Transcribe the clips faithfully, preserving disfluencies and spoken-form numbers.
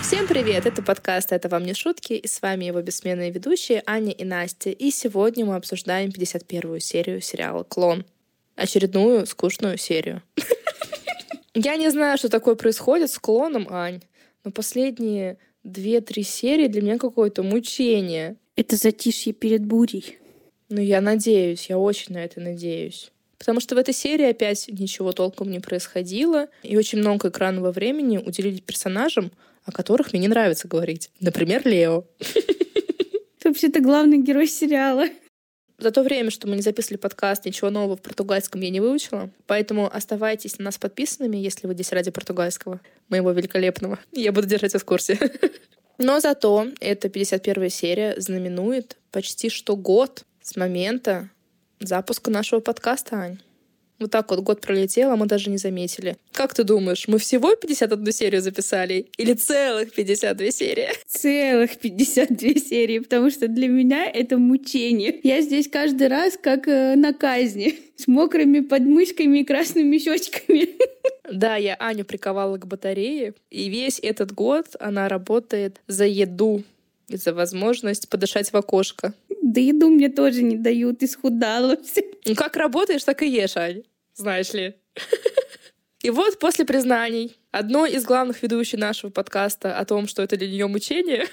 Всем привет! Это подкаст «Это вам не шутки», и с вами его бессменные ведущие Аня и Настя. И сегодня мы обсуждаем пятьдесят первую серию сериала «Клон». Очередную скучную серию. Я не знаю, что такое происходит с «Клоном», Ань, но последние две-три серии для меня какое-то мучение. Это затишье перед бурей. Ну, я надеюсь, я очень на это надеюсь. Потому что в этой серии опять ничего толком не происходило, и очень много экранного времени уделили персонажам, о которых мне не нравится говорить. Например, Лео. Вообще-то главный герой сериала. За то время, что мы не записывали подкаст, ничего нового в португальском я не выучила. Поэтому оставайтесь на нас подписанными, если вы здесь ради португальского, моего великолепного. Я буду держать вас в курсе. Но зато эта пятьдесят первая серия знаменует почти что год с момента запуска нашего подкаста, Ань. Вот так вот год пролетел, а мы даже не заметили. Как ты думаешь, мы всего пятьдесят одну серию записали? Или целых пятьдесят две серии? Целых пятьдесят две серии, потому что для меня это мучение. Я здесь каждый раз как э, на казни, с мокрыми подмышками и красными щечками. Да, я Аню приковала к батарее, и весь этот год она работает за еду и за возможность подышать в окошко. Да еду мне тоже не дают, исхудала. Ну как работаешь, так и ешь, Ань. Знаешь ли. И вот после признаний одной из главных ведущих нашего подкаста о том, что это для нее мучение,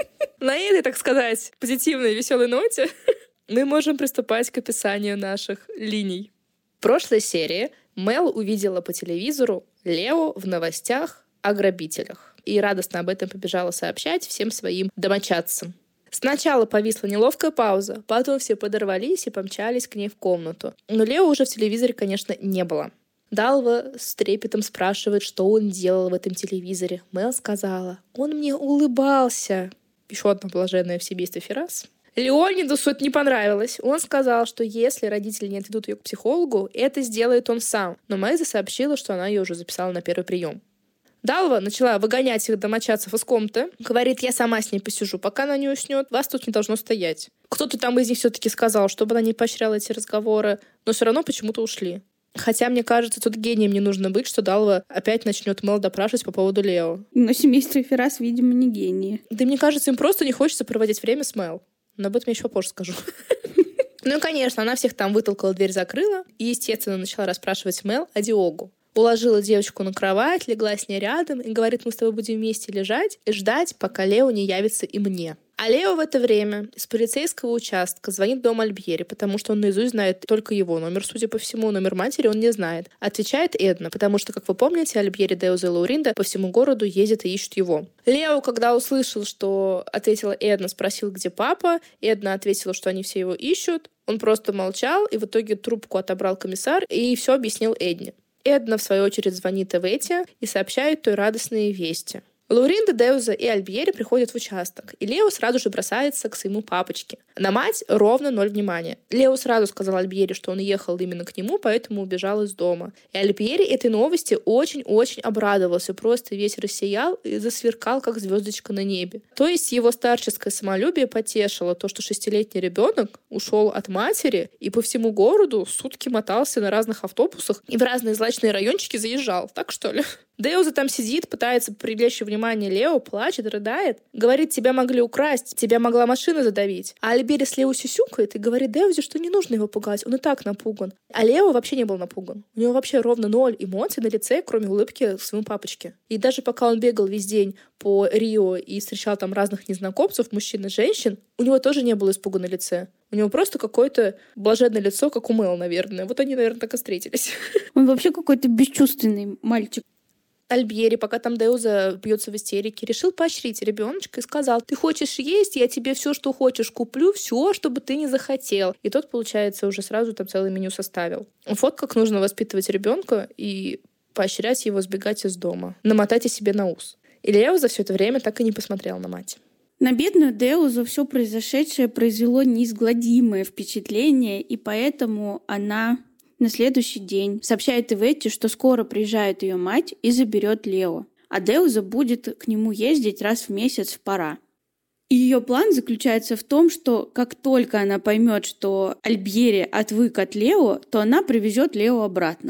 на этой, так сказать, позитивной, веселой ноте мы можем приступать к описанию наших линий. В прошлой серии Мел увидела по телевизору Лео в новостях о грабителях и радостно об этом побежала сообщать всем своим домочадцам. Сначала повисла неловкая пауза, потом все подорвались и помчались к ней в комнату. Но Лео уже в телевизоре, конечно, не было. Далва с трепетом спрашивает, что он делал в этом телевизоре. Мел сказала: «Он мне улыбался». Еще одна блаженная в семействе Феррас. Леонидусу это не понравилось. Он сказал, что если родители не отведут ее к психологу, это сделает он сам. Но Мэйза сообщила, что она ее уже записала на первый прием. Далва начала выгонять их домочадцев из комнаты. Говорит: я сама с ней посижу, пока она не уснет. Вас тут не должно стоять. Кто-то там из них все-таки сказал, чтобы она не поощряла эти разговоры, но все равно почему-то ушли. Хотя, мне кажется, тут гением не нужно быть, что Далва опять начнет Мел допрашивать по поводу Лео. Но семейство Феррас, видимо, не гении. Да мне кажется, им просто не хочется проводить время с Мел. Но об этом я еще попозже скажу. Ну и, конечно, она всех там вытолкала, дверь закрыла и, естественно, начала расспрашивать Мел о Диогу. Уложила девочку на кровать, легла с ней рядом и говорит: мы с тобой будем вместе лежать и ждать, пока Лео не явится и мне. А Лео в это время из полицейского участка звонит в дом Альбьери, потому что он наизусть знает только его номер, судя по всему, номер матери он не знает. Отвечает Эдна, потому что, как вы помните, Альбьери, Деуза и Лауринда по всему городу ездят и ищут его. Лео, когда услышал, что ответила Эдна, спросил, где папа. Эдна ответила, что они все его ищут. Он просто молчал, и в итоге трубку отобрал комиссар и все объяснил Эдне. Эдна, в свою очередь, звонит Эвете и сообщает той радостные вести. Лауринда, Деуза и Альбьери приходят в участок, и Лео сразу же бросается к своему папочке. На мать ровно ноль внимания. Лео сразу сказал Альбьери, что он ехал именно к нему, поэтому убежал из дома. И Альбьери этой новости очень-очень обрадовался, просто весь рассиял и засверкал, как звездочка на небе. То есть его старческое самолюбие потешило то, что шестилетний ребенок ушел от матери и по всему городу сутки мотался на разных автобусах и в разные злачные райончики заезжал. Так что ли? Деуза там сидит, пытается привлечь внимание Лео, плачет, рыдает. Говорит: тебя могли украсть, тебя могла машина задавить. А Альбьери с Лео сюсюкает и говорит Деузе, что не нужно его пугать, он и так напуган. А Лео вообще не был напуган. У него вообще ровно ноль эмоций на лице, кроме улыбки к своему папочке. И даже пока он бегал весь день по Рио и встречал там разных незнакомцев, мужчин и женщин, у него тоже не было испуга на лице. У него просто какое-то блаженное лицо, как у Мэл, наверное. Вот они, наверное, так и встретились. Он вообще какой-то бесчувственный мальчик. Альбьери, пока там Деуза бьется в истерике, решил поощрить ребеночка и сказал: ты хочешь есть, я тебе все, что хочешь, куплю, все, чтобы ты не захотел. И тот, получается, уже сразу там целое меню составил. Вот как нужно воспитывать ребенка и поощрять его сбегать из дома. Намотайте себе на ус. И Лео за все это время так и не посмотрел на мать. На бедную Деузу все произошедшее произвело неизгладимое впечатление, и поэтому она на следующий день сообщает Эвете, что скоро приезжает ее мать и заберет Лео, а Деуза будет к нему ездить раз в месяц в пора. И ее план заключается в том, что как только она поймет, что Альбьери отвык от Лео, то она привезет Лео обратно.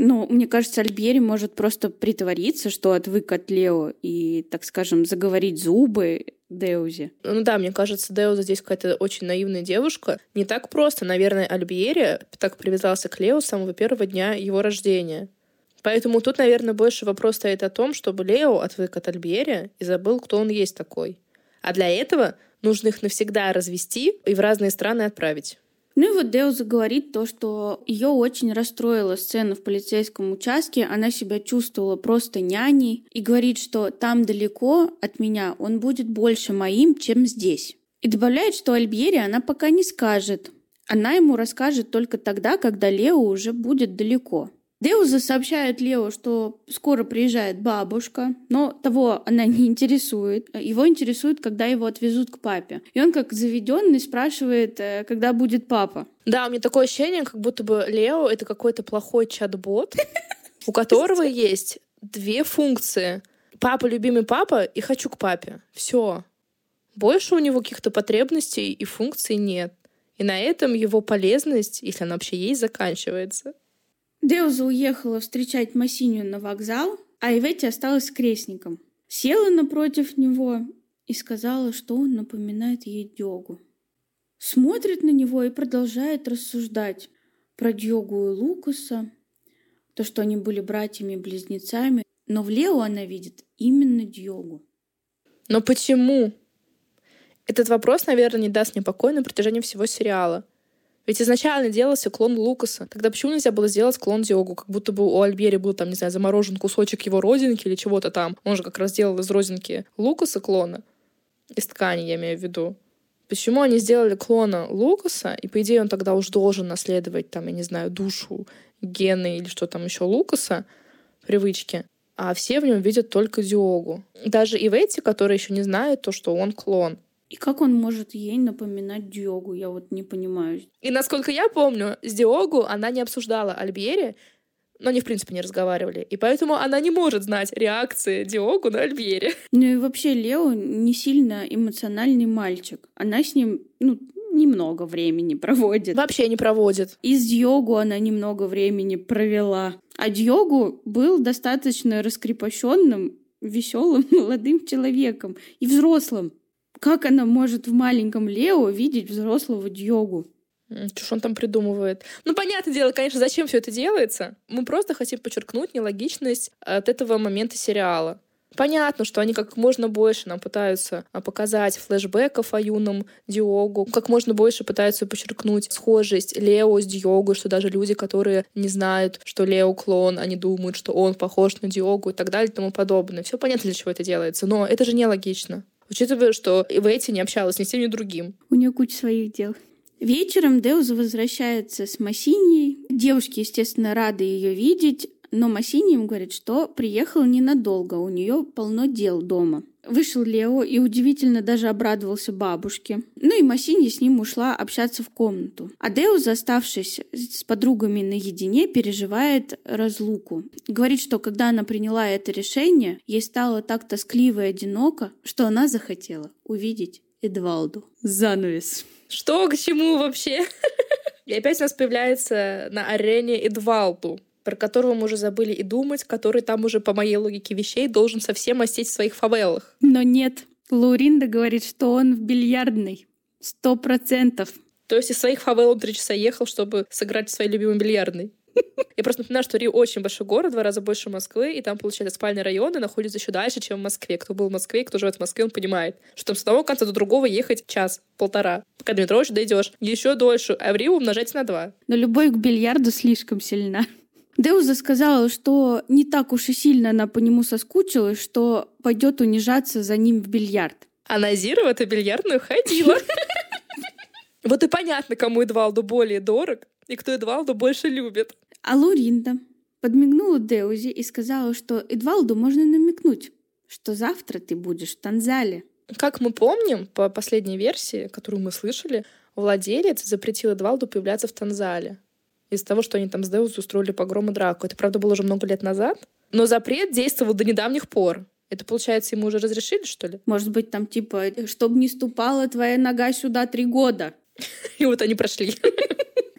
Ну, мне кажется, Альбьери может просто притвориться, что отвык от Лео и, так скажем, заговорить зубы Деузе. Ну да, мне кажется, Деуза здесь какая-то очень наивная девушка. Не так просто, наверное, Альбьери так привязался к Лео с самого первого дня его рождения. Поэтому тут, наверное, больше вопрос стоит о том, чтобы Лео отвык от Альбьери и забыл, кто он есть такой. А для этого нужно их навсегда развести и в разные страны отправить. Ну и вот Деуза говорит то, что ее очень расстроила сцена в полицейском участке. Она себя чувствовала просто няней и говорит, что там далеко от меня он будет больше моим, чем здесь. И добавляет, что Альбьери она пока не скажет. Она ему расскажет только тогда, когда Лео уже будет далеко. Деуза сообщает Лео, что скоро приезжает бабушка, но того она не интересует. Его интересует, когда его отвезут к папе. И он, как заведенный, спрашивает, когда будет папа. Да, у меня такое ощущение, как будто бы Лео — это какой-то плохой чат-бот, у которого есть две функции. Папа, любимый папа, и хочу к папе. Все. Больше у него каких-то потребностей и функций нет. И на этом его полезность, если она вообще есть, заканчивается. Деуза уехала встречать Массинью на вокзал, а Иветти осталась с крестником. Села напротив него и сказала, что он напоминает ей Дьогу. Смотрит на него и продолжает рассуждать про Дьогу и Лукаса, то, что они были братьями-близнецами, но в Лео она видит именно Дьогу. Но почему? Этот вопрос, наверное, не даст мне покоя на протяжении всего сериала. Ведь изначально делался клон Лукаса. Тогда почему нельзя было сделать клон Диогу? Как будто бы у Альбьери был там, не знаю, заморожен кусочек его родинки или чего-то там. Он же как раз делал из родинки Лукаса клона. Из ткани, я имею в виду. Почему они сделали клона Лукаса, и, по идее, он тогда уж должен наследовать, там, я не знаю, душу, гены или что там еще Лукаса, привычки, а все в нем видят только Диогу. Даже Иветти, которая еще не знает то, что он клон. И как он может ей напоминать Дьогу? Я вот не понимаю. И насколько я помню, с Диогу она не обсуждала Альбьери, но они, в принципе, не разговаривали. И поэтому она не может знать реакции Диогу на Альбьери. Ну и вообще Лео не сильно эмоциональный мальчик. Она с ним, ну, немного времени проводит. Вообще не проводит. И с Дьогу она немного времени провела. А Дьогу был достаточно раскрепощенным, веселым молодым человеком и взрослым. Как она может в маленьком Лео видеть взрослого Дьогу? Что ж он там придумывает? Ну, понятное дело, конечно, зачем все это делается? Мы просто хотим подчеркнуть нелогичность от этого момента сериала. Понятно, что они как можно больше нам пытаются показать флешбеков о юном Диогу, как можно больше пытаются подчеркнуть схожесть Лео с Диогу, что даже люди, которые не знают, что Лео клон, они думают, что он похож на Диогу и так далее и тому подобное. Все понятно, для чего это делается, но это же нелогично. Учитывая, что Иветти не общалась ни с тем, ни с другим. У нее куча своих дел. Вечером Деуза возвращается с Массиньей. Девушки, естественно, рады ее видеть, но Массинья им говорит, что приехала ненадолго, у нее полно дел дома. Вышел Лео и удивительно даже обрадовался бабушке. Ну и Массинья с ним ушла общаться в комнату. А Деуза, оставшись с подругами наедине, переживает разлуку. Говорит, что когда она приняла это решение, ей стало так тоскливо и одиноко, что она захотела увидеть Эдвалду. Занавес. Что к чему вообще? И опять у нас появляется на арене Эдвалду, про которого мы уже забыли и думать, который там уже, по моей логике вещей, должен совсем осесть в своих фавелах. Но нет. Лауринда говорит, что он в бильярдной. Сто процентов. То есть из своих фавел он три часа ехал, чтобы сыграть в своей любимой бильярдной. Я просто напоминаю, что Рио очень большой город, в два раза больше Москвы, и там, получается, спальные районы находятся еще дальше, чем в Москве. Кто был в Москве, кто живет в Москве, он понимает, что там с одного конца до другого ехать час, полтора. Пока до метро еще дойдешь. Еще дольше. А в Рио умножать на два. Но любовь к бильярду слишком сильна. Деуза сказала, что не так уж и сильно она по нему соскучилась, что пойдет унижаться за ним в бильярд. А Назира в эту бильярдную ходила. Вот и понятно, кому Эдвалду более дорог, и кто Эдвалду больше любит. А Лауринда подмигнула Деузе и сказала, что Эдвалду можно намекнуть, что завтра ты будешь в Танзале. Как мы помним, по последней версии, которую мы слышали, владелец запретил Эдвалду появляться в Танзале из-за того, что они там с Деузой устроили погром и драку. Это, правда, было уже много лет назад, но запрет действовал до недавних пор. Это, получается, ему уже разрешили, что ли? Может быть, там типа, чтобы не ступала твоя нога сюда три года. И вот они прошли.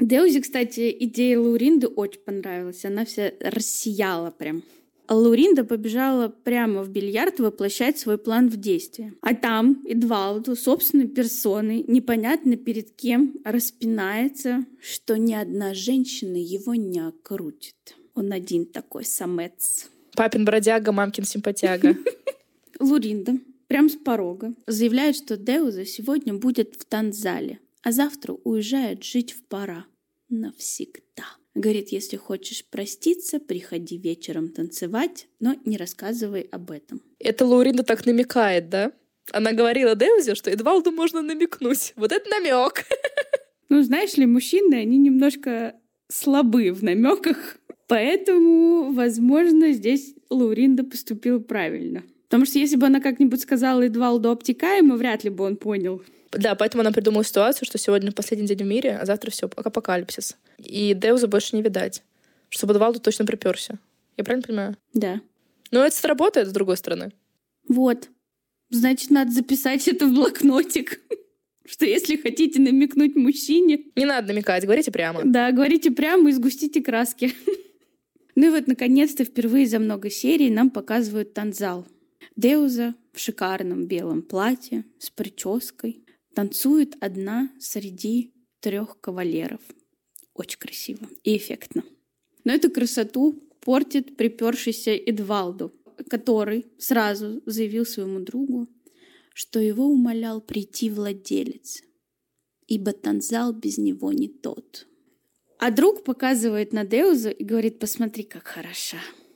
Деузе, кстати, идея Лауринды очень понравилась. Она вся рассияла прям. А Лауринда побежала прямо в бильярд воплощать свой план в действие. А там Эдвалду собственной персоной, непонятно перед кем, распинается, что ни одна женщина его не окрутит. Он один такой самец. Папин бродяга, мамкин симпатяга. Лауринда прям с порога заявляет, что Деуза сегодня будет в танцзале, а завтра уезжает жить в Пара навсегда. Говорит, если хочешь проститься, приходи вечером танцевать, но не рассказывай об этом. Это Лауринда так намекает, да? Она говорила Деузе, что Эдвалду можно намекнуть. Вот это намек. Ну, знаешь ли, мужчины, они немножко слабы в намеках, поэтому, возможно, здесь Лауринда поступила правильно. Потому что если бы она как-нибудь сказала Эдвалду обтекаемо, вряд ли бы он понял. Да, поэтому она придумала ситуацию, что сегодня последний день в мире, а завтра все апокалипсис. И Деуза больше не видать. Чтобы Эдвалду точно приперся. Я правильно понимаю? Да. Но это сработает, с другой стороны. Вот. Значит, надо записать это в блокнотик. Что если хотите намекнуть мужчине... Не надо намекать, говорите прямо. Да, говорите прямо и сгустите краски. Ну и вот, наконец-то, впервые за много серий нам показывают танцзал. Деуза в шикарном белом платье с прической танцует одна среди трех кавалеров. Очень красиво и эффектно. Но эту красоту портит припершийся Эдвалду, который сразу заявил своему другу, что его умолял прийти владелец, ибо танцзал без него не тот. А друг показывает на Деузу и говорит: посмотри, как хороша.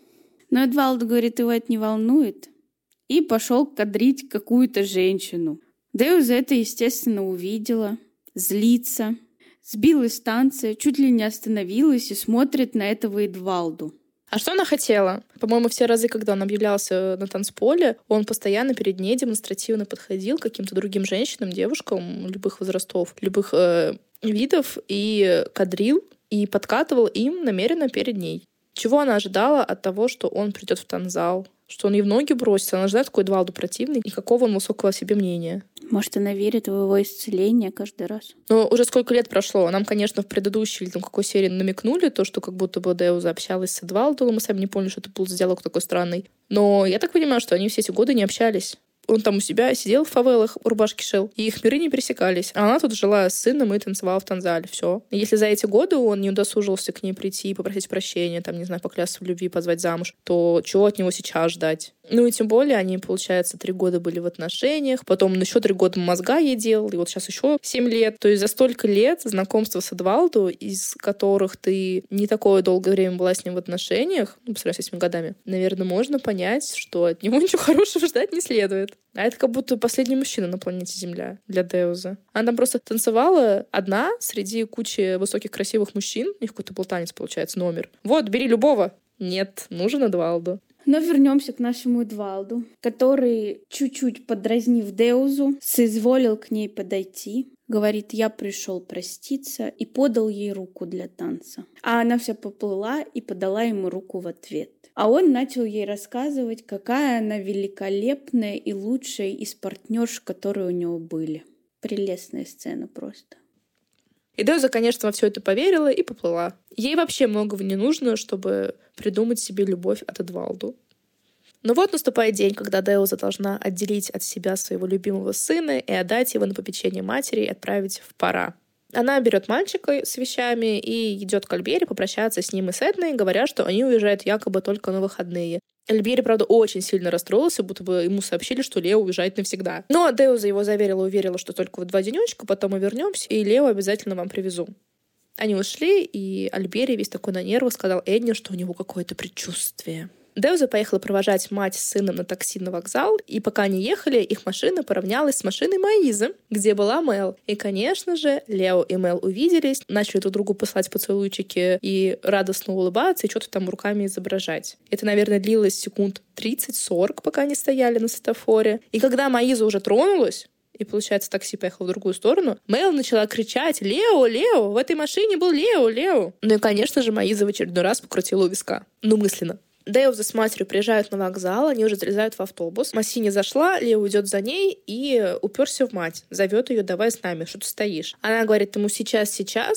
Но Эдвалду говорит, его это не волнует, и пошел кадрить какую-то женщину. Деуза это, естественно, увидела, злится, сбилась с танца, чуть ли не остановилась и смотрит на этого Эдвалду. А что она хотела? По-моему, все разы, когда он объявлялся на танцполе, он постоянно перед ней демонстративно подходил к каким-то другим женщинам, девушкам любых возрастов, любых э, видов, и кадрил, и подкатывал им намеренно перед ней. Чего она ожидала от того, что он придет в танцзал? Что он ей в ноги бросится? Она ожидает, какой Эдвалду противный, и какого он высокого о себе мнения. Может, она верит в его исцеление каждый раз. Но уже сколько лет прошло. Нам, конечно, в предыдущей или там какой серии намекнули то, что как будто бы Деуза общалась с Эдвалдом. Мы сами не поняли, что это был за диалог такой странный. Но я так понимаю, что они все эти годы не общались. Он там у себя сидел в фавелах, рубашки шил, и их миры не пересекались. А она тут жила с сыном и танцевала в танцзале. Все. Если за эти годы он не удосужился к ней прийти, попросить прощения, там, не знаю, поклясться в любви, позвать замуж, то чего от него сейчас ждать? Ну и тем более они, получается, три года были в отношениях, потом он еще три года мозга ей делал, и вот сейчас еще семь лет. То есть за столько лет знакомства с Эдвалду, из которых ты не такое долгое время была с ним в отношениях, ну, по сравнению с этими годами, наверное, можно понять, что от него ничего хорошего ждать не следует. А это как будто последний мужчина на планете Земля для Деузы. Она там просто танцевала одна среди кучи высоких красивых мужчин. У них какой-то был танец, получается, номер. Вот, бери любого. Нет, нужен Эдвалду. Но вернемся к нашему Эдвалду, который, чуть-чуть подразнив Деузу, соизволил к ней подойти. Говорит, я пришел проститься, и подал ей руку для танца. А она вся поплыла и подала ему руку в ответ. А он начал ей рассказывать, какая она великолепная и лучшая из партнерш, которые у него были. Прелестная сцена просто. И Деуза, конечно, во все это поверила и поплыла. Ей вообще многого не нужно, чтобы придумать себе любовь от Эдвалду. Но вот наступает день, когда Деуза должна отделить от себя своего любимого сына и отдать его на попечение матери и отправить в Пара. Она берет мальчика с вещами и идет к Альбери попрощаться с ним и с Эдной, говоря, что они уезжают якобы только на выходные. Альбери, правда, очень сильно расстроился, будто бы ему сообщили, что Лео уезжает навсегда. Но Деуза его заверила, уверила, что только вот два денечка, потом мы вернемся, и Лео обязательно вам привезу. Они ушли, и Альбери весь такой на нервах сказал Эдне, что у него какое-то предчувствие. Деуза поехала провожать мать с сыном на такси на вокзал, и пока они ехали, их машина поравнялась с машиной Маизы, где была Мел. И, конечно же, Лео и Мел увиделись, начали друг другу посылать поцелуйчики и радостно улыбаться, и что-то там руками изображать. Это, наверное, длилось секунд тридцать-сорок, пока они стояли на светофоре. И когда Маиза уже тронулась, и, получается, такси поехало в другую сторону, Мел начала кричать: «Лео, Лео! В этой машине был Лео, Лео!» Ну и, конечно же, Маиза в очередной раз покрутила у виска. Ну, мысленно. Деуза с матерью приезжают на вокзал, они уже залезают в автобус. Массини зашла, Лео идет за ней и уперся в мать. Зовет ее: «Давай с нами, что ты стоишь?» Она говорит ему: «Сейчас, сейчас».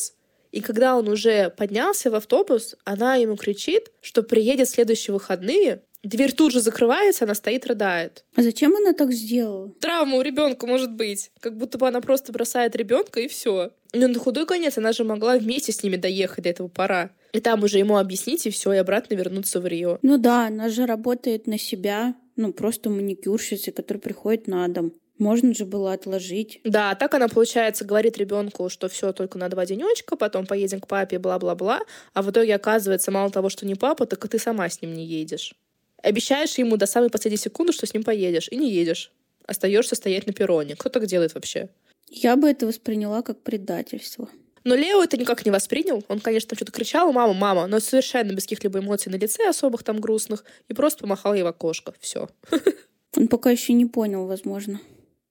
И когда он уже поднялся в автобус, она ему кричит, что приедет в следующие выходные. Дверь тут же закрывается, она стоит, рыдает. А зачем она так сделала? Травма у ребенка может быть. Как будто бы она просто бросает ребенка и все. Но на худой конец она же могла вместе с ними доехать до этого пора. И там уже ему объяснить, и все, и обратно вернуться в Рио. Ну да, она же работает на себя. Ну, просто маникюрщицей, которая приходит на дом. Можно же было отложить. Да, так она, получается, говорит ребенку, что все только на два денечка, потом поедем к папе, бла-бла-бла. А в итоге оказывается, мало того, что не папа, так и ты сама с ним не едешь. Обещаешь ему до самой последней секунды, что с ним поедешь, и не едешь. Остаешься стоять на перроне. Кто так делает вообще? Я бы это восприняла как предательство. Но Лео это никак не воспринял. Он, конечно, там что-то кричал: «Мама, мама», но совершенно без каких-либо эмоций на лице, особых там грустных, и просто помахал ей в окошко. Все. Он пока еще не понял, возможно.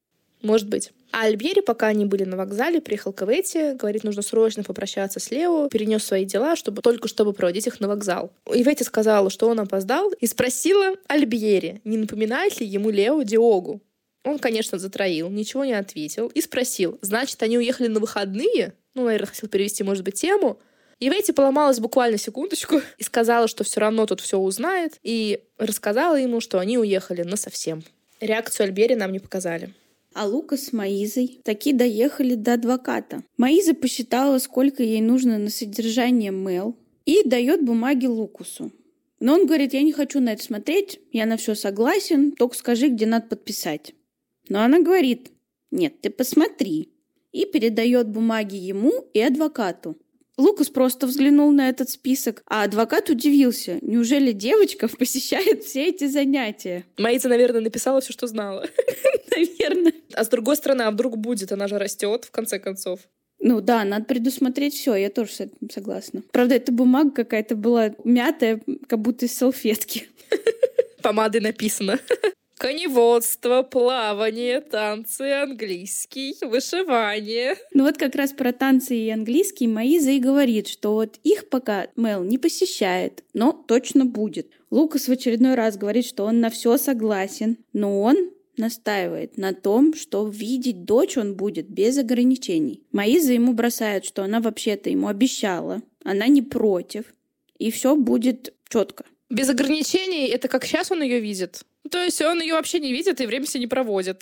Может быть. А Альбьери, пока они были на вокзале, приехал к Иветте, говорит, нужно срочно попрощаться с Лео, перенес свои дела, чтобы только чтобы проводить их на вокзал. Иветте сказала, что он опоздал, и спросила Альбьери, не напоминает ли ему Лео Диогу. Он, конечно, затроил, ничего не ответил и спросил, значит, они уехали на выходные? Ну, наверное, хотел перевести, может быть, тему. Иветте поломалась буквально секундочку и сказала, что все равно тут все узнает, и рассказала ему, что они уехали насовсем. Реакцию Альбьери нам не показали. А Лука с Маизой таки доехали до адвоката. Маиза посчитала, сколько ей нужно на содержание Мел, и дает бумаги Лукасу. Но он говорит, я не хочу на это смотреть, я на все согласен, только скажи, где надо подписать. Но она говорит, нет, ты посмотри, и передает бумаги ему и адвокату. Лукас просто взглянул на этот список, а адвокат удивился. Неужели девочка посещает все эти занятия? Маиза, наверное, написала все, что знала. Наверное. А с другой стороны, а вдруг будет? Она же растет, в конце концов. Ну да, надо предусмотреть все, я тоже с этим согласна. Правда, эта бумага какая-то была мятая, как будто из салфетки. Помадой написано. Коневодство, плавание, танцы, английский, вышивание. Ну вот как раз про танцы и английский Маиза и говорит, что вот их пока Мел не посещает, но точно будет. Лукас в очередной раз говорит, что он на все согласен, но он настаивает на том, что видеть дочь он будет без ограничений. Маиза ему бросает, что она вообще-то ему обещала, она не против, и все будет четко. Без ограничений — это как сейчас он ее видит. То есть он ее вообще не видит и время себе не проводит.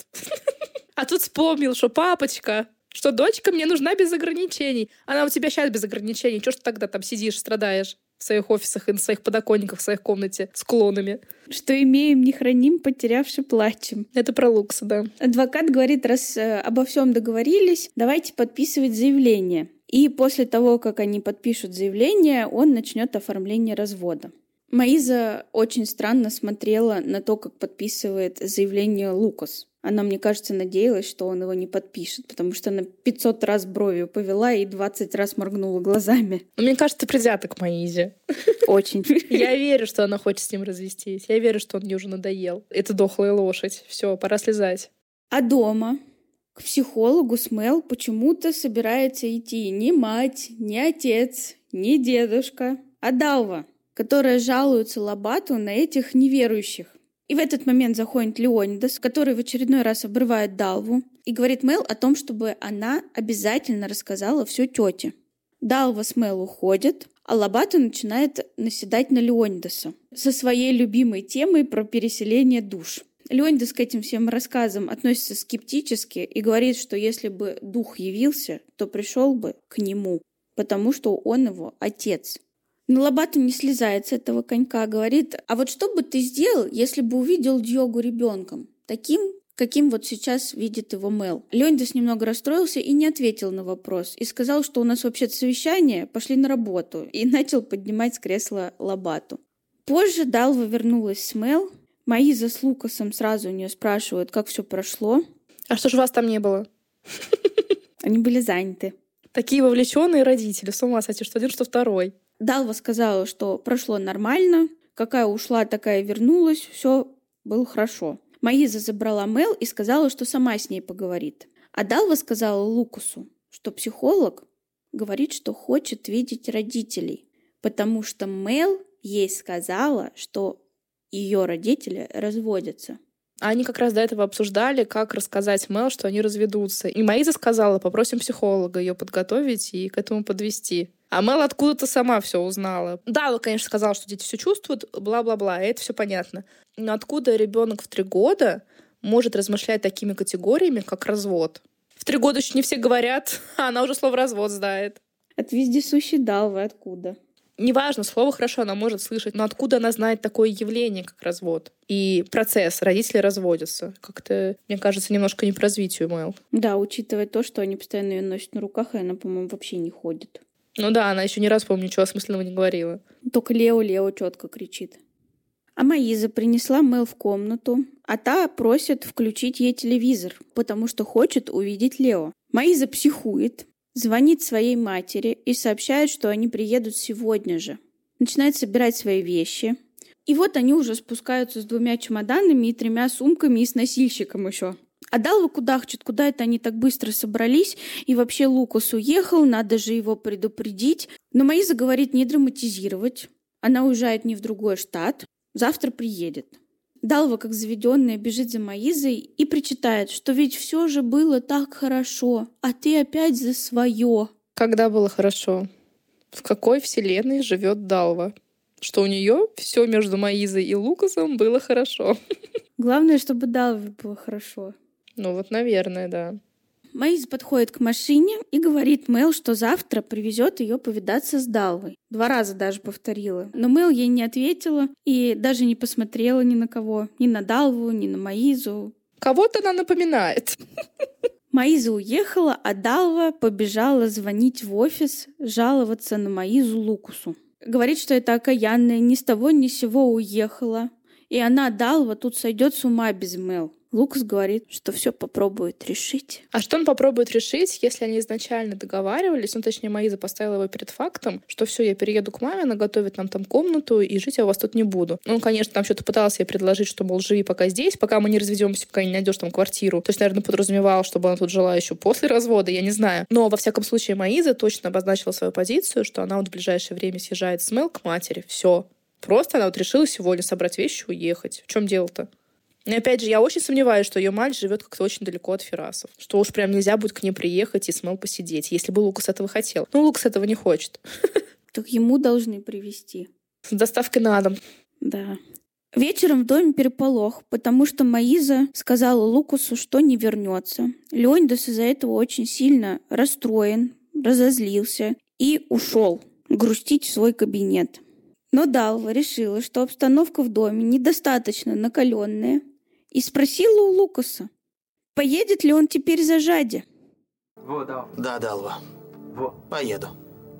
А тут вспомнил, что папочка, что дочка мне нужна без ограничений. Она у тебя сейчас без ограничений. Чего ж ты тогда там сидишь, страдаешь в своих офисах и на своих подоконниках, в своей комнате с клонами? Что имеем, не храним, потерявши плачем. Это про Лукса, да. Адвокат говорит, раз э, обо всем договорились, давайте подписывать заявление. И после того, как они подпишут заявление, он начнет оформление развода. Маиза очень странно смотрела на то, как подписывает заявление Лукас. Она, мне кажется, надеялась, что он его не подпишет, потому что она пятьсот раз бровью повела и двадцать раз моргнула глазами. Мне кажется, ты предвзята к Маизе. Очень. Я верю, что она хочет с ним развестись. Я верю, что он ей уже надоел. Это дохлая лошадь. Все, пора слезать. А дома к психологу с Мел почему-то собирается идти не мать, не отец, не дедушка, а Далва, которая жалуется Лабату на этих неверующих. И в этот момент заходит Леонидас, который в очередной раз обрывает Далву и говорит Мел о том, чтобы она обязательно рассказала все тете. Далва с Мел уходит, а Лабата начинает наседать на Леонидаса со своей любимой темой про переселение душ. Леонидас к этим всем рассказам относится скептически и говорит, что если бы дух явился, то пришел бы к нему, потому что он его отец. Но Лабата не слезает с этого конька, говорит, а вот что бы ты сделал, если бы увидел Диогу ребенком, таким, каким вот сейчас видит его Мел? Леонидас немного расстроился и не ответил на вопрос, и сказал, что у нас вообще-то совещание, пошли на работу, и начал поднимать с кресла Лабату. Позже Далва вернулась с Мел, Маиза с Лукасом сразу у нее спрашивают, как все прошло. А что ж у вас там не было? Они были заняты. Такие вовлеченные родители, с ума сойти, что один, что второй. Далва сказала, что прошло нормально, какая ушла, такая вернулась, все было хорошо. Маиза забрала Мел и сказала, что сама с ней поговорит. А Далва сказала Лукасу, что психолог говорит, что хочет видеть родителей, потому что Мел ей сказала, что ее родители разводятся. А они как раз до этого обсуждали, как рассказать Мел, что они разведутся. И Маиза сказала, попросим психолога ее подготовить и к этому подвести. А Мел откуда-то сама все узнала. Да, он, конечно, сказал, что дети все чувствуют, бла-бла-бла, и это все понятно. Но откуда ребенок в три года может размышлять такими категориями, как развод? В три года еще не все говорят, а она уже слово «развод» знает. От вездесущей Далвы откуда? Неважно, слово хорошо она может слышать, но откуда она знает такое явление, как развод? И процесс, родители разводятся. Как-то, мне кажется, немножко не по развитию Мэл. Да, учитывая то, что они постоянно ее носят на руках, и она, по-моему, вообще не ходит. Ну да, она еще ни разу, по-моему, ничего осмысленного не говорила. Только Лео-Лео четко кричит. А Маиза принесла Мэл в комнату, а та просит включить ей телевизор, потому что хочет увидеть Лео. Маиза психует, звонит своей матери и сообщает, что они приедут сегодня же. Начинает собирать свои вещи. И вот они уже спускаются с двумя чемоданами и тремя сумками и с носильщиком еще. А Далва кудахчет, куда это они так быстро собрались, и вообще Лукас уехал, надо же его предупредить. Но Маиза говорит не драматизировать. Она уезжает не в другой штат, завтра приедет. Далва, как заведенная, бежит за Маизой и причитает, что ведь все же было так хорошо, а ты опять за свое. Когда было хорошо? В какой вселенной живет Далва? Что у нее все между Маизой и Лукасом было хорошо. Главное, чтобы Далве было хорошо. Ну вот, наверное, да. Маиза подходит к машине и говорит Мэл, что завтра привезет ее повидаться с Далвой. Два раза даже повторила. Но Мэл ей не ответила и даже не посмотрела ни на кого. Ни на Далву, ни на Маизу. Кого-то она напоминает. Маиза уехала, а Далва побежала звонить в офис, жаловаться на Маизу Лукасу. Говорит, что это окаянная, ни с того ни с сего уехала. И она, Далва, тут сойдет с ума без Мэл. Лукас говорит, что все попробует решить. А что он попробует решить, если они изначально договаривались, ну, точнее, Маиза поставила его перед фактом, что все, я перееду к маме, она готовит нам там комнату, и жить я у вас тут не буду. Ну, конечно, там что-то пытался ей предложить, что, мол, живи пока здесь, пока мы не разведемся, пока не найдешь там квартиру. То есть, наверное, подразумевал, чтобы она тут жила еще после развода, я не знаю. Но, во всяком случае, Маиза точно обозначила свою позицию, что она вот в ближайшее время съезжает с Мэл к матери. Все. Просто она вот решила сегодня собрать вещи и уехать. В чем дело-то? И опять же, я очень сомневаюсь, что ее мать живет как-то очень далеко от Ферасов. Что уж прям нельзя будет к ней приехать и с Мэл посидеть, если бы Лукас этого хотел. Но Лукас этого не хочет. Так ему должны привезти. С доставкой на дом. Да. Вечером в доме переполох, потому что Маиза сказала Лукасу, что не вернется. Леонидас из-за этого очень сильно расстроен, разозлился и ушел грустить в свой кабинет. Но Далва решила, что обстановка в доме недостаточно накаленная, и спросила у Лукаса, поедет ли он теперь за Жади. Да, Далва. Поеду.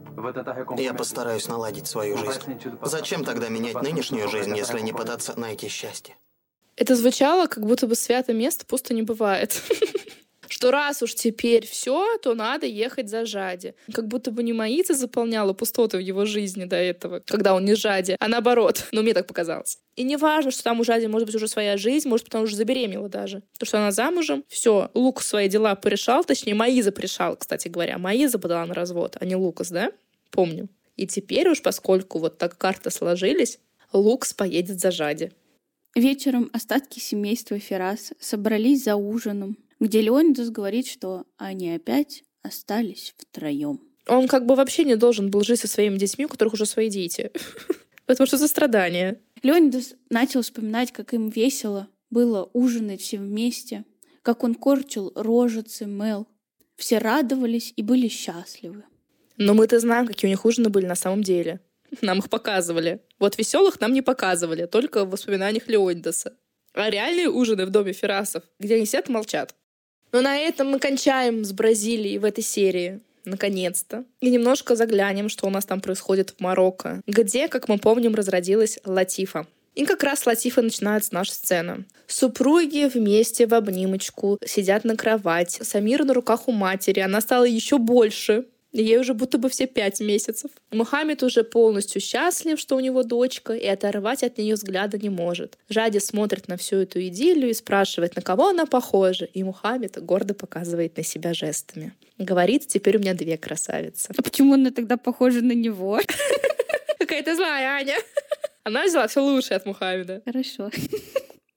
Я постараюсь наладить свою жизнь. Зачем тогда менять нынешнюю жизнь, если не пытаться найти счастье? Это звучало, как будто бы святое место пусто не бывает. Что раз уж теперь все, то надо ехать за Жади. Как будто бы не Маиза заполняла пустоты в его жизни до этого, когда он не Жади, а наоборот. Но мне так показалось. И не важно, что там у Жади может быть уже своя жизнь, может быть, она уже забеременела даже. То, что она замужем, все, Лукас свои дела порешал, точнее, Маиза порешала, кстати говоря. Маиза подала на развод, а не Лукас, да? Помню. И теперь уж, поскольку вот так карты сложились, Лукас поедет за Жади. Вечером остатки семейства Ферас собрались за ужином, где Леонидас говорит, что они опять остались втроем. Он как бы вообще не должен был жить со своими детьми, у которых уже свои дети. Потому что за страдания. Леонидас начал вспоминать, как им весело было ужинать все вместе, как он корчил рожицы Мэл. Все радовались и были счастливы. Но мы-то знаем, какие у них ужины были на самом деле. Нам их показывали. Вот веселых нам не показывали, только в воспоминаниях Леонидаса. А реальные ужины в доме Ферасов, где они сидят и молчат. Но на этом мы кончаем с Бразилией в этой серии. Наконец-то. И немножко заглянем, что у нас там происходит в Марокко, где, как мы помним, разродилась Латифа. И как раз с Латифы начинается наша сцена. Супруги вместе в обнимочку сидят на кровати. Самира на руках у матери. Она стала еще больше. Ей уже будто бы все пять месяцев. Мухаммед уже полностью счастлив, что у него дочка, и оторвать от нее взгляда не может. Жади смотрит на всю эту идиллию и спрашивает, на кого она похожа. И Мухаммед гордо показывает на себя жестами. Говорит, теперь у меня две красавицы. А почему она тогда похожа на него? Какая-то злая Аня. Она взяла все лучшее от Мухаммеда. Хорошо.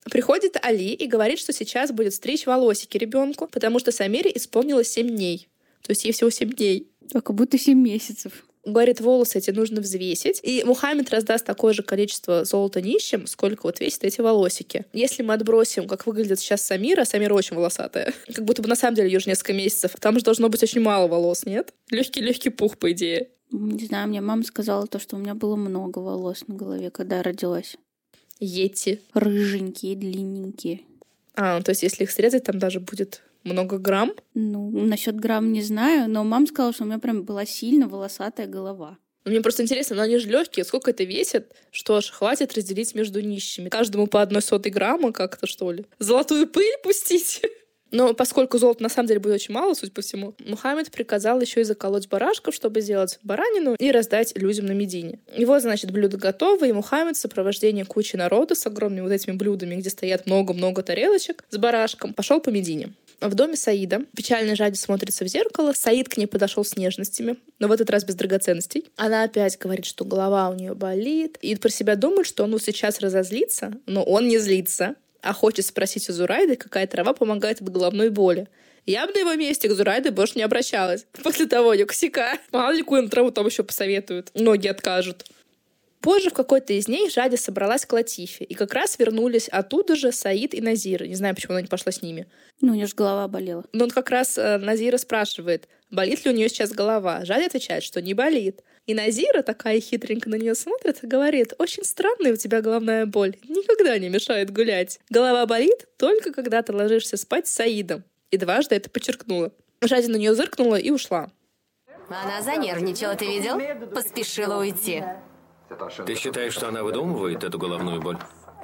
Приходит Али и говорит, что сейчас будет стричь волосики ребенку, потому что Самире исполнилось семь дней. То есть ей всего семь дней. А как будто семь месяцев. Говорит, волосы эти нужно взвесить, и Мухаммед раздаст такое же количество золота нищим, сколько вот весят эти волосики. Если мы отбросим, как выглядит сейчас Самира, Самира очень волосатая, как будто бы на самом деле ей уже несколько месяцев, там же должно быть очень мало волос, нет? Легкий-легкий пух, по идее. Не знаю, мне мама сказала то, что у меня было много волос на голове, когда я родилась. Йети. Рыженькие, длинненькие. А, ну, то есть если их срезать, там даже будет много грамм? Ну, насчет грамм не знаю, но мама сказала, что у меня прям была сильно волосатая голова. Мне просто интересно, но они же легкие, сколько это весит, что аж хватит разделить между нищими? Каждому по одной сотой грамма как-то, что ли? Золотую пыль пустить? Но поскольку золота на самом деле будет очень мало, судя по всему, Мухаммед приказал еще и заколоть барашков, чтобы сделать баранину и раздать людям на Медине. И вот, значит, блюдо готово, и Мухаммед в сопровождении кучи народа с огромными вот этими блюдами, где стоят много-много тарелочек с барашком, пошел по Медине. В доме Саида печальный Жади смотрится в зеркало. Саид к ней подошел с нежностями, но в этот раз без драгоценностей. Она опять говорит, что голова у нее болит, и про себя думает, что он вот сейчас разозлится, но он не злится, а хочет спросить у Зурайды, какая трава помогает от головной боли. Я бы на его месте к Зурайде больше не обращалась. После того косяка. Мало ли какую траву там еще посоветуют. Ноги откажут. Позже в какой-то из дней Жади собралась к Латифе. И как раз вернулись оттуда же Саид и Назира. Не знаю, почему она не пошла с ними. Ну, у нее же голова болела. Но он как раз э, Назира спрашивает, болит ли у нее сейчас голова. Жади отвечает, что не болит. И Назира такая хитренько на нее смотрит и говорит, очень странная у тебя головная боль. Никогда не мешает гулять. Голова болит только когда ты ложишься спать с Саидом. И дважды это подчеркнула. Жади на нее зыркнула и ушла. Она занервничала, ты видел? Поспешила уйти. Ты считаешь, что она выдумывает эту головную боль?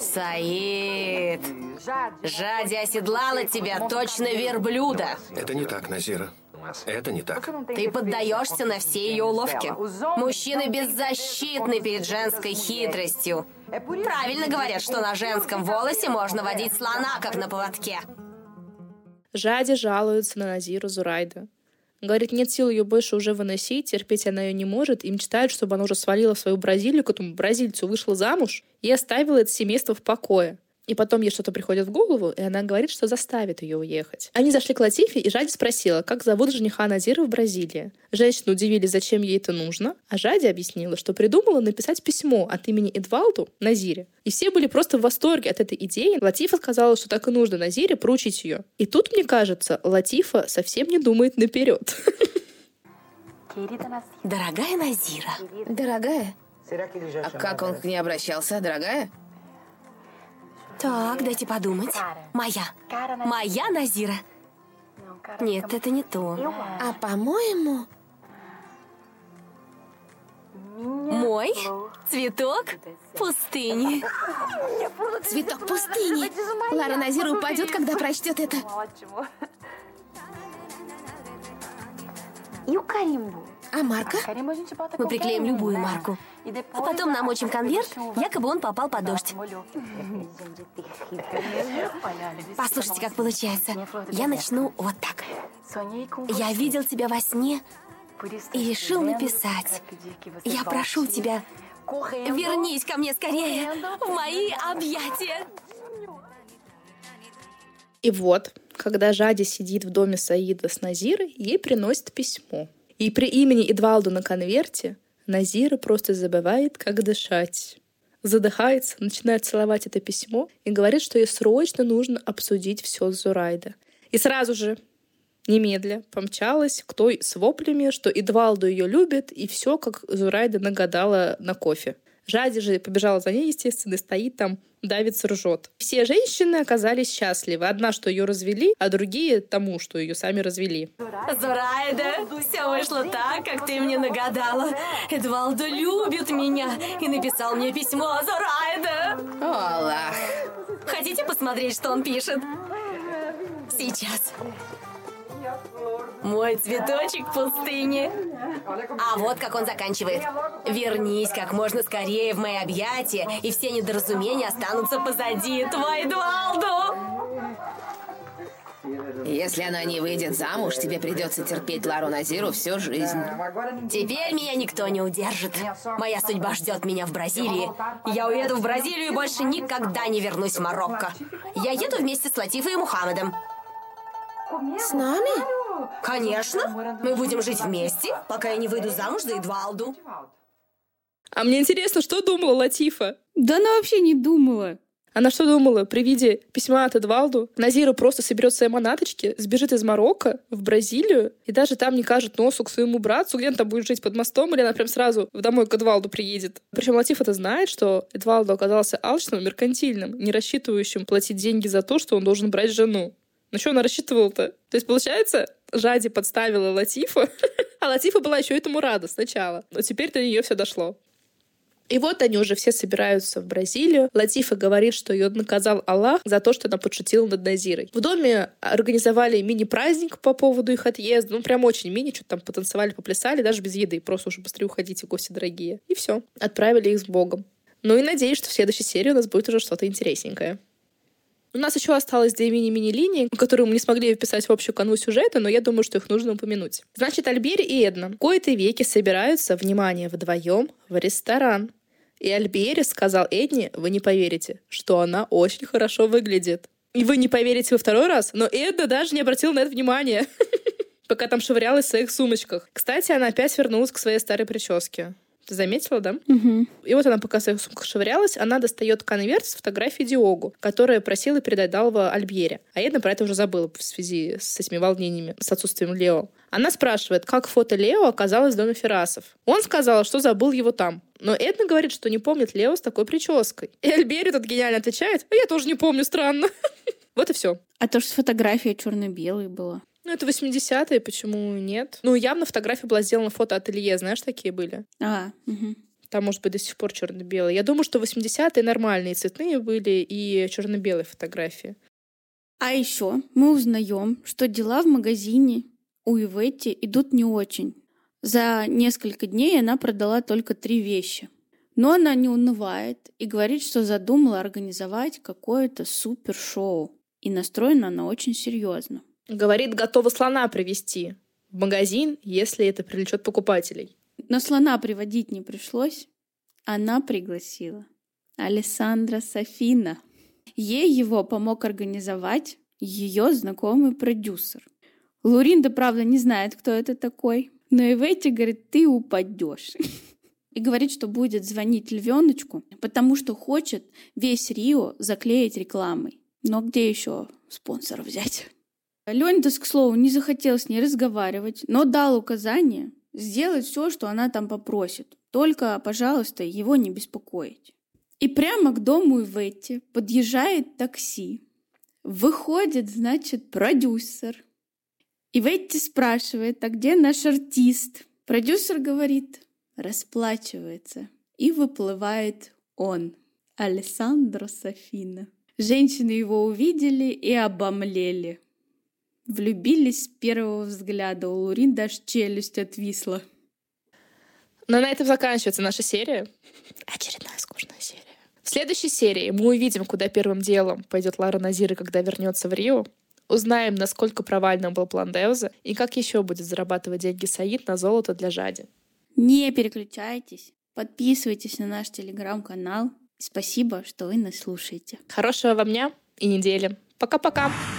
Саид, Жади оседлала тебя, точно верблюда. Это не так, Назира. Это не так. Ты поддаешься на все ее уловки. Мужчины беззащитны перед женской хитростью. Правильно говорят, что на женском волосе можно водить слона, как на поводке. Жади жалуется на Назиру Зурайда. Говорит, нет сил ее больше уже выносить, терпеть она ее не может, и мечтает, чтобы она уже свалила в свою Бразилию, к этому бразильцу вышла замуж и оставила это семейство в покое. И потом ей что-то приходит в голову, и она говорит, что заставит ее уехать. Они зашли к Латифе, и Жади спросила, как зовут жениха Назира в Бразилии. Женщины удивились, зачем ей это нужно, а Жади объяснила, что придумала написать письмо от имени Эдвалду Назире. И все были просто в восторге от этой идеи. Латифа сказала, что так и нужно Назире проучить ее. И тут, мне кажется, Латифа совсем не думает наперед. Дорогая Назира. Дорогая? А как он к ней обращался, дорогая? Так, дайте подумать. Моя. Моя Назира. Нет, это не то. А по-моему... Мой цветок пустыни. Цветок пустыни. Лара Назира упадет, когда прочтет это. А марка? Мы приклеим любую марку. А потом намочим конверт, якобы он попал под дождь. Послушайте, как получается. Я начну вот так. Я видел тебя во сне и решил написать. Я прошу тебя, вернись ко мне скорее в мои объятия. И вот, когда Жади сидит в доме Саида с Назирой, ей приносят письмо. И при имени Эдвалду на конверте Назира просто забывает, как дышать. Задыхается, начинает целовать это письмо и говорит, что ей срочно нужно обсудить все с Зурайдой. И сразу же, немедля, помчалась к той с воплями, что Эдвалду ее любит, и все, как Зурайда нагадала на кофе. Жади же побежала за ней, естественно, и стоит там, давится, ржет. Все женщины оказались счастливы. Одна, что ее развели, а другие тому, что ее сами развели. Зурайда, все вышло так, как ты мне нагадала. Эдвалдо любит меня и написал мне письмо. Зурайда! О, Аллах. Хотите посмотреть, что он пишет? Сейчас. Мой цветочек пустыни. А вот как он заканчивает. Вернись как можно скорее в мои объятия, и все недоразумения останутся позади. Твой Эдвалдо! Если она не выйдет замуж, тебе придется терпеть Лару Назиру всю жизнь. Теперь меня никто не удержит. Моя судьба ждет меня в Бразилии. Я уеду в Бразилию и больше никогда не вернусь в Марокко. Я еду вместе с Латифой и Мухаммедом. С нами? Конечно. Мы будем жить вместе, пока я не выйду замуж за Эдвалду. А мне интересно, что думала Латифа? Да она вообще не думала. Она что думала? При виде письма от Эдвалду Назиру просто соберет свои манаточки, сбежит из Марокко в Бразилию и даже там не кажет носу к своему братцу, где она там будет жить под мостом, или она прям сразу домой к Эдвалду приедет. Причем Латифа-то знает, что Эдвалду оказался алчным и меркантильным, не рассчитывающим платить деньги за то, что он должен брать жену. Ну что она рассчитывала-то? То есть, получается, Жади подставила Латифу, а Латифа была еще этому рада сначала. Но теперь до нее все дошло. И вот они уже все собираются в Бразилию. Латифа говорит, что ее наказал Аллах за то, что она подшутила над Назирой. В доме организовали мини-праздник по поводу их отъезда. Ну, прям очень мини. Что-то там потанцевали, поплясали, даже без еды. Просто уже быстрее уходите, гости дорогие. И все. Отправили их с Богом. Ну и надеюсь, что в следующей серии у нас будет уже что-то интересненькое. У нас еще осталось две мини-мини-линии, которые мы не смогли вписать в общую канву сюжета, но я думаю, что их нужно упомянуть. Значит, Альбери и Эдна в кои-то веки собираются, внимание, вдвоем в ресторан. И Альбери сказал Эдне, вы не поверите, что она очень хорошо выглядит. И вы не поверите во второй раз, но Эдна даже не обратила на это внимания, пока там швырялась в своих сумочках. Кстати, она опять вернулась к своей старой прическе. Ты заметила, да? Угу. И вот она, пока в своих сумках швырялась, она достает конверт с фотографией Диогу, которая просила передать Далва Альбери. А Эдна про это уже забыла в связи с этими волнениями, с отсутствием Лео. Она спрашивает, как фото Лео оказалось в доме Феррасов. Он сказал, что забыл его там. Но Эдна говорит, что не помнит Лео с такой прической. И Альбери тут гениально отвечает, а я тоже не помню, странно. Вот и все. А то, что фотография черно-белой была. Ну, это восьмидесятые, почему нет? Ну, явно фотография была сделана фотоателье, знаешь, такие были. А, угу. Там, может быть, до сих пор черно-белые. Я думаю, что восьмидесятые нормальные цветные были и черно-белые фотографии. А еще мы узнаем, что дела в магазине у Иветти идут не очень. За несколько дней она продала только три вещи. Но она не унывает и говорит, что задумала организовать какое-то супершоу. И настроена она очень серьезно. Говорит, готова слона привезти в магазин, если это привлечет покупателей. Но слона приводить не пришлось. Она пригласила Алессандро Сафина. Ей его помог организовать ее знакомый продюсер. Луринда, правда, не знает, кто это такой. Но Иветти говорит, ты упадешь. И говорит, что будет звонить львеночку, потому что хочет весь Рио заклеить рекламой. Но где еще спонсора взять? Леонидас, к слову, не захотел с ней разговаривать, но дал указание сделать все, что она там попросит. Только, пожалуйста, его не беспокоить. И прямо к дому Иветти подъезжает такси. Выходит, значит, продюсер. Иветти спрашивает, а где наш артист? Продюсер говорит, расплачивается. И выплывает он, Алессандро Сафина. Женщины его увидели и обомлели. Влюбились с первого взгляда. У Луринды аж челюсть отвисла. Но на этом заканчивается наша серия. Очередная скучная серия. В следующей серии мы увидим, куда первым делом пойдет Лара Назир, когда вернется в Рио. Узнаем, насколько провальным был план Деуза и как еще будет зарабатывать деньги Саид на золото для Жади. Не переключайтесь. Подписывайтесь на наш телеграм-канал. Спасибо, что вы нас слушаете. Хорошего вам дня и недели. Пока-пока.